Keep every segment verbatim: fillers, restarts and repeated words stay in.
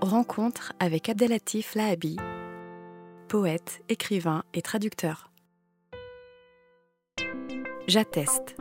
Rencontre avec Abdelatif Lahabi, poète, écrivain et traducteur. J'atteste.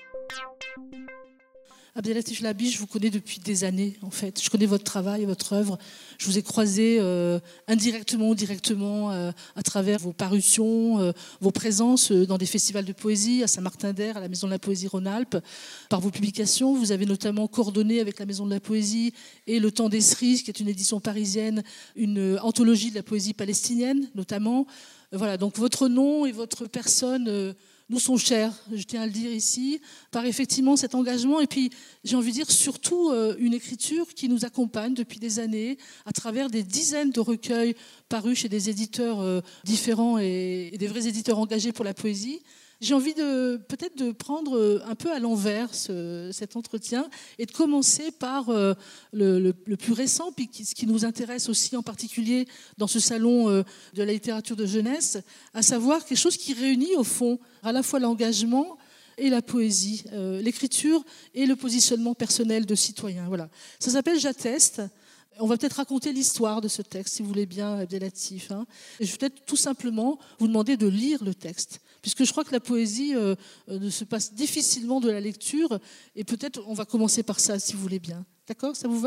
Abdelatif Lahabi, je vous connais depuis des années, en fait. Je connais votre travail, votre œuvre. Je vous ai croisé euh, indirectement ou directement euh, à travers vos parutions, euh, vos présences euh, dans des festivals de poésie, à Saint-Martin-d'Air, à la Maison de la Poésie Rhône-Alpes. Par vos publications, vous avez notamment coordonné avec la Maison de la Poésie et Le Temps des Cerises, qui est une édition parisienne, une anthologie de la poésie palestinienne, notamment. Voilà, donc votre nom et votre personne euh, nous sont chers, je tiens à le dire ici, par effectivement cet engagement et puis, j'ai envie de dire, surtout euh, une écriture qui nous accompagne depuis des années à travers des dizaines de recueils parus chez des éditeurs euh, différents et, et des vrais éditeurs engagés pour la poésie. J'ai envie de peut-être de prendre un peu à l'envers ce, cet entretien et de commencer par euh, le, le, le plus récent, puis qui, ce qui nous intéresse aussi en particulier dans ce salon euh, de la littérature de jeunesse, à savoir quelque chose qui réunit au fond à la fois l'engagement et la poésie, euh, l'écriture et le positionnement personnel de citoyen. Voilà. Ça s'appelle J'atteste. On va peut-être raconter l'histoire de ce texte, si vous voulez bien, Abdelatif. Hein. Et je vais peut-être tout simplement vous demander de lire le texte, puisque je crois que la poésie euh, euh, se passe difficilement de la lecture, et peut-être on va commencer par ça, si vous voulez bien. D'accord ? Ça vous va ?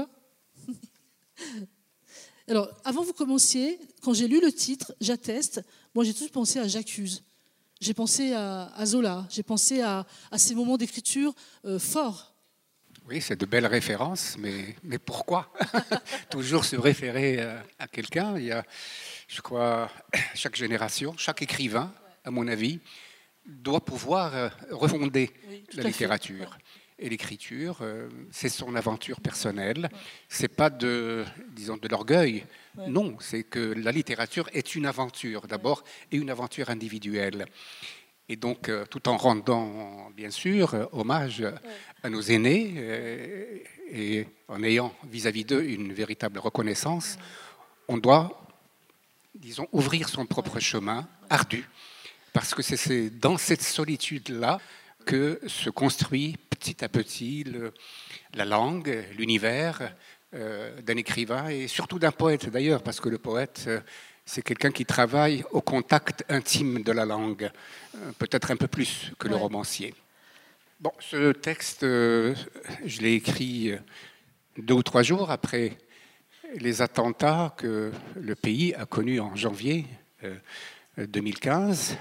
Alors, avant que vous commenciez, quand j'ai lu le titre, J'atteste, moi j'ai tout de suite pensé à J'accuse. J'ai pensé à, à Zola, j'ai pensé à, à ces moments d'écriture euh, forts. Oui, c'est de belles références, mais, mais pourquoi toujours se référer à, à quelqu'un? Il y a, je crois, chaque génération, chaque écrivain, à mon avis, doit pouvoir refonder oui, la littérature. Ouais. Et l'écriture, euh, c'est son aventure personnelle. Ouais. C'est pas de, disons, de l'orgueil. Ouais. Non, c'est que la littérature est une aventure d'abord ouais. et une aventure individuelle. Et donc, euh, tout en rendant, bien sûr, euh, hommage ouais. à nos aînés euh, et en ayant vis-à-vis d'eux une véritable reconnaissance, ouais. on doit, disons, ouvrir son propre ouais. chemin ouais. ardu, parce que c'est dans cette solitude-là que se construit petit à petit le, la langue, l'univers euh, d'un écrivain et surtout d'un poète d'ailleurs, parce que le poète... Euh, c'est quelqu'un qui travaille au contact intime de la langue, peut-être un peu plus que le ouais. romancier. Bon, ce texte, euh, je l'ai écrit deux ou trois jours après les attentats que le pays a connus en janvier euh, deux mille quinze.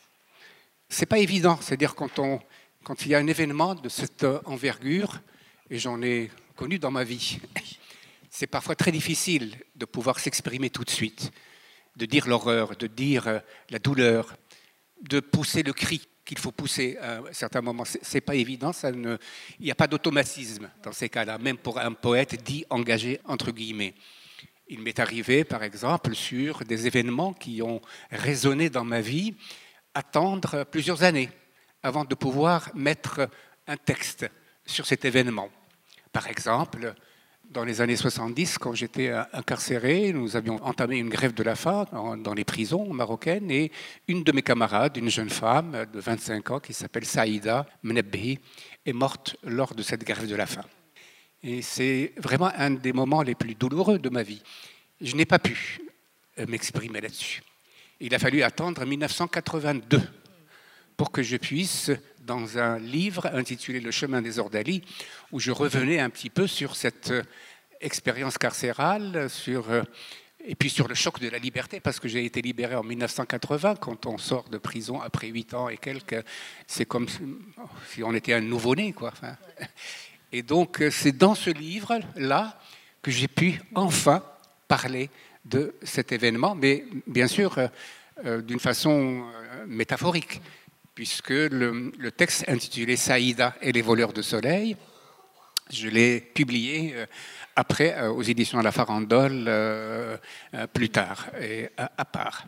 C'est pas évident, c'est-à-dire quand, on, quand il y a un événement de cette envergure, et j'en ai connu dans ma vie, c'est parfois très difficile de pouvoir s'exprimer tout de suite, de dire l'horreur, de dire la douleur, de pousser le cri qu'il faut pousser à un certain moment. Ce n'est pas évident, ça ne, il n'y a pas d'automatisme dans ces cas-là, même pour un poète dit engagé, entre guillemets. Il m'est arrivé, par exemple, sur des événements qui ont résonné dans ma vie, attendre plusieurs années avant de pouvoir mettre un texte sur cet événement. Par exemple, dans les années soixante-dix, quand j'étais incarcéré, nous avions entamé une grève de la faim dans les prisons marocaines et une de mes camarades, une jeune femme de vingt-cinq ans qui s'appelle Saïda Mnebbehi, est morte lors de cette grève de la faim. Et c'est vraiment un des moments les plus douloureux de ma vie. Je n'ai pas pu m'exprimer là-dessus. Il a fallu attendre mille neuf cent quatre-vingt-deux pour que je puisse, dans un livre intitulé « Le chemin des Ordalies », où je revenais un petit peu sur cette expérience carcérale, sur, et puis sur le choc de la liberté, parce que j'ai été libéré en mille neuf cent quatre-vingts, quand on sort de prison après huit ans et quelques, c'est comme si on était un nouveau-né, quoi. Enfin, et donc, c'est dans ce livre-là que j'ai pu enfin parler de cet événement, mais bien sûr, euh, d'une façon euh, métaphorique, puisque le, le texte intitulé « Saïda et les voleurs de soleil », je l'ai publié euh, après euh, aux éditions de la Farandole euh, euh, plus tard, et à, à part.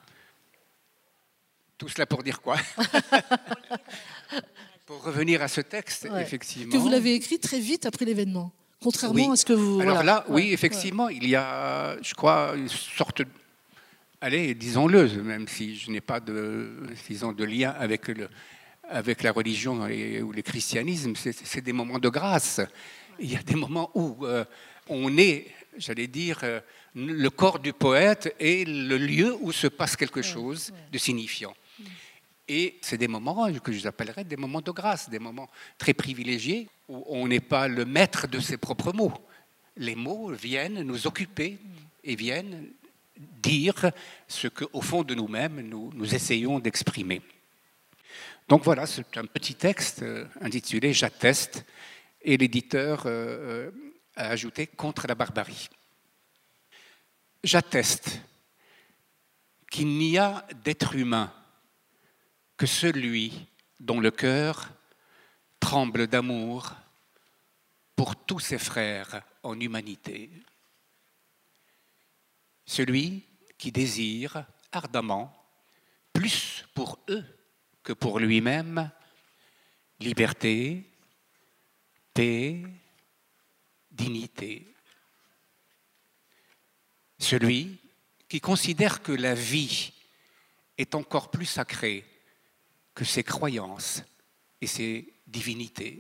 Tout cela pour dire quoi? Pour revenir à ce texte, ouais. effectivement... Que vous l'avez écrit très vite après l'événement, contrairement oui. à ce que vous... Alors voilà. là, oui, ouais. effectivement, ouais. il y a, je crois, une sorte de... Allez, disons-le, même si je n'ai pas de, disons, de lien avec, le, avec la religion et, ou le christianisme, c'est, c'est des moments de grâce. Il y a des moments où euh, on est j'allais dire, euh, le corps du poète est le lieu où se passe quelque chose de signifiant. Et c'est des moments que j'appellerais des moments de grâce, des moments très privilégiés où on n'est pas le maître de ses propres mots. Les mots viennent nous occuper et viennent dire ce qu'au fond de nous-mêmes, nous, nous essayons d'exprimer. Donc voilà, c'est un petit texte intitulé « J'atteste » et l'éditeur euh, a ajouté « Contre la barbarie ». J'atteste qu'il n'y a d'être humain que celui dont le cœur tremble d'amour pour tous ses frères en humanité. Celui qui désire ardemment, plus pour eux que pour lui-même, liberté, paix, dignité. Celui qui considère que la vie est encore plus sacrée que ses croyances et ses divinités.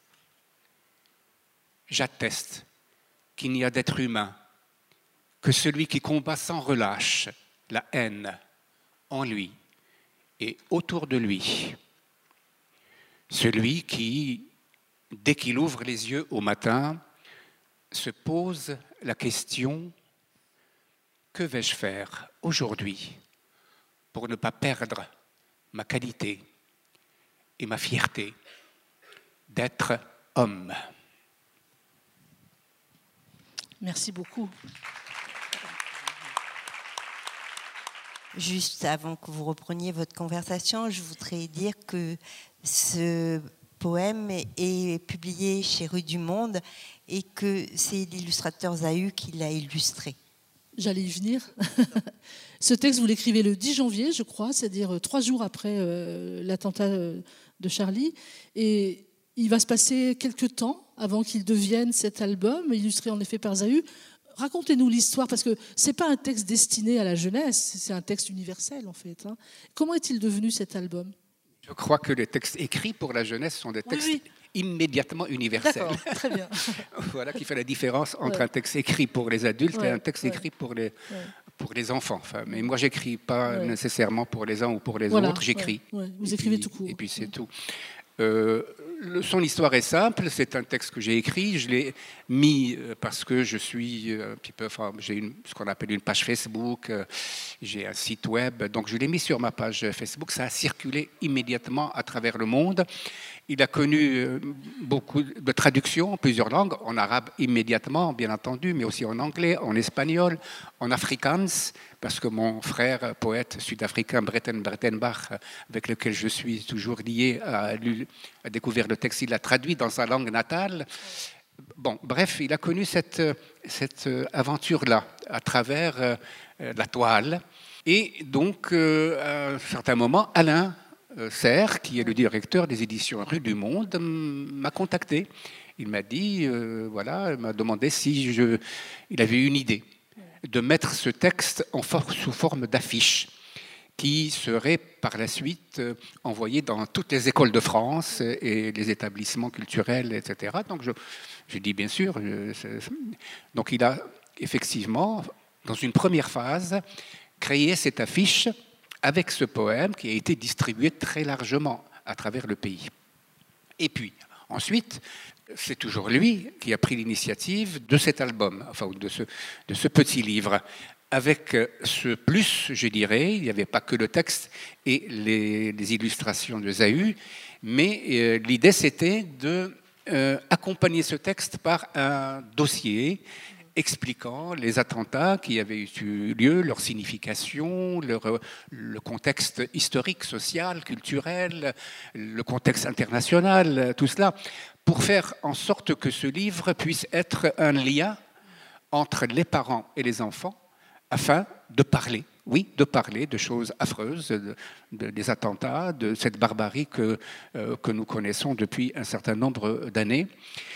J'atteste qu'il n'y a d'être humain que celui qui combat sans relâche la haine en lui et autour de lui. Celui qui, dès qu'il ouvre les yeux au matin, se pose la question « Que vais-je faire aujourd'hui pour ne pas perdre ma qualité et ma fierté d'être homme ?» Merci beaucoup. Juste avant que vous repreniez votre conversation, je voudrais dire que ce poème est publié chez Rue du Monde et que c'est l'illustrateur Zahu qui l'a illustré. J'allais y venir. Ce texte, vous l'écrivez le dix janvier, je crois, c'est-à-dire trois jours après euh, l'attentat de Charlie. Et il va se passer quelques temps avant qu'il devienne cet album, illustré en effet par Zahu. Racontez-nous l'histoire, parce que ce n'est pas un texte destiné à la jeunesse, c'est un texte universel en fait. Hein. Comment est-il devenu cet album ? Je crois que les textes écrits pour la jeunesse sont des textes oui, oui. immédiatement universels. D'accord, très bien. Voilà qui fait la différence entre ouais. un texte écrit pour les adultes ouais, et un texte ouais. écrit pour les, ouais. pour les enfants. Enfin, mais moi, j'écris pas ouais. nécessairement pour les uns ou pour les voilà, autres, j'écris. Ouais, ouais. Vous et écrivez puis, tout court. Et puis c'est ouais. tout. Euh, le, son histoire est simple, c'est un texte que j'ai écrit, je l'ai mis parce que je suis un petit peu, enfin, j'ai une, ce qu'on appelle une page Facebook, euh, j'ai un site web, donc je l'ai mis sur ma page Facebook, ça a circulé immédiatement à travers le monde. Il a connu beaucoup de traductions en plusieurs langues, en arabe immédiatement, bien entendu, mais aussi en anglais, en espagnol, en afrikaans, parce que mon frère, poète sud-africain, Bretten Brettenbach, avec lequel je suis toujours lié, a, lu, a découvert le texte, il l'a traduit dans sa langue natale. Bon, bref, il a connu cette, cette aventure-là, à travers euh, la toile. Et donc, euh, à un certain moment, Alain Serre, qui est le directeur des éditions Rue du Monde, m'a contacté. Il m'a dit, euh, voilà, il m'a demandé si je, il avait une idée de mettre ce texte en for- sous forme d'affiche qui serait par la suite euh, envoyée dans toutes les écoles de France et les établissements culturels, et cetera. Donc je, je dis bien sûr. Je, donc il a effectivement, dans une première phase, créé cette affiche avec ce poème qui a été distribué très largement à travers le pays. Et puis, ensuite, c'est toujours lui qui a pris l'initiative de cet album, enfin de ce, de ce petit livre. Avec ce plus, je dirais, il n'y avait pas que le texte et les, les illustrations de Zahu, mais euh, l'idée c'était de euh, accompagner ce texte par un dossier expliquant les attentats qui avaient eu lieu, leur signification, leur, le contexte historique, social, culturel, le contexte international, tout cela, pour faire en sorte que ce livre puisse être un lien entre les parents et les enfants, afin de parler, oui, de parler de choses affreuses, de, de, des attentats, de cette barbarie que, euh, que nous connaissons depuis un certain nombre d'années.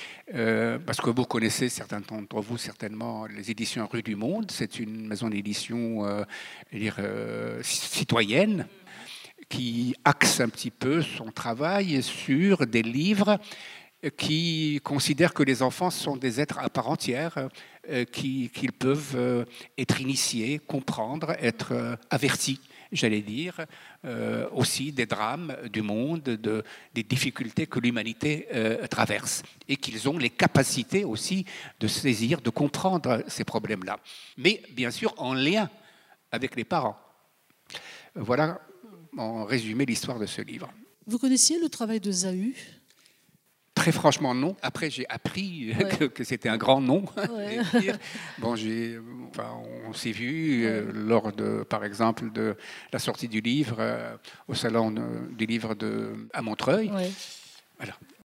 Euh, parce que vous connaissez, certains d'entre vous certainement, les éditions Rue du Monde. C'est une maison d'édition euh, dire, euh, citoyenne qui axe un petit peu son travail sur des livres qui considèrent que les enfants sont des êtres à part entière, euh, qui, qu'ils peuvent euh, être initiés, comprendre, être euh, avertis, j'allais dire, euh, aussi des drames du monde, de, des difficultés que l'humanité euh, traverse, et qu'ils ont les capacités aussi de saisir, de comprendre ces problèmes-là. Mais bien sûr en lien avec les parents. Voilà en résumé l'histoire de ce livre. Vous connaissiez le travail de Zahu ? Très franchement, non. Après, j'ai appris ouais. que, que c'était un grand nom. Ouais. Bon, j'ai, enfin, on s'est vu ouais. euh, lors de, par exemple, de la sortie du livre euh, au salon de, du livre de, à Montreuil. Ouais. Voilà.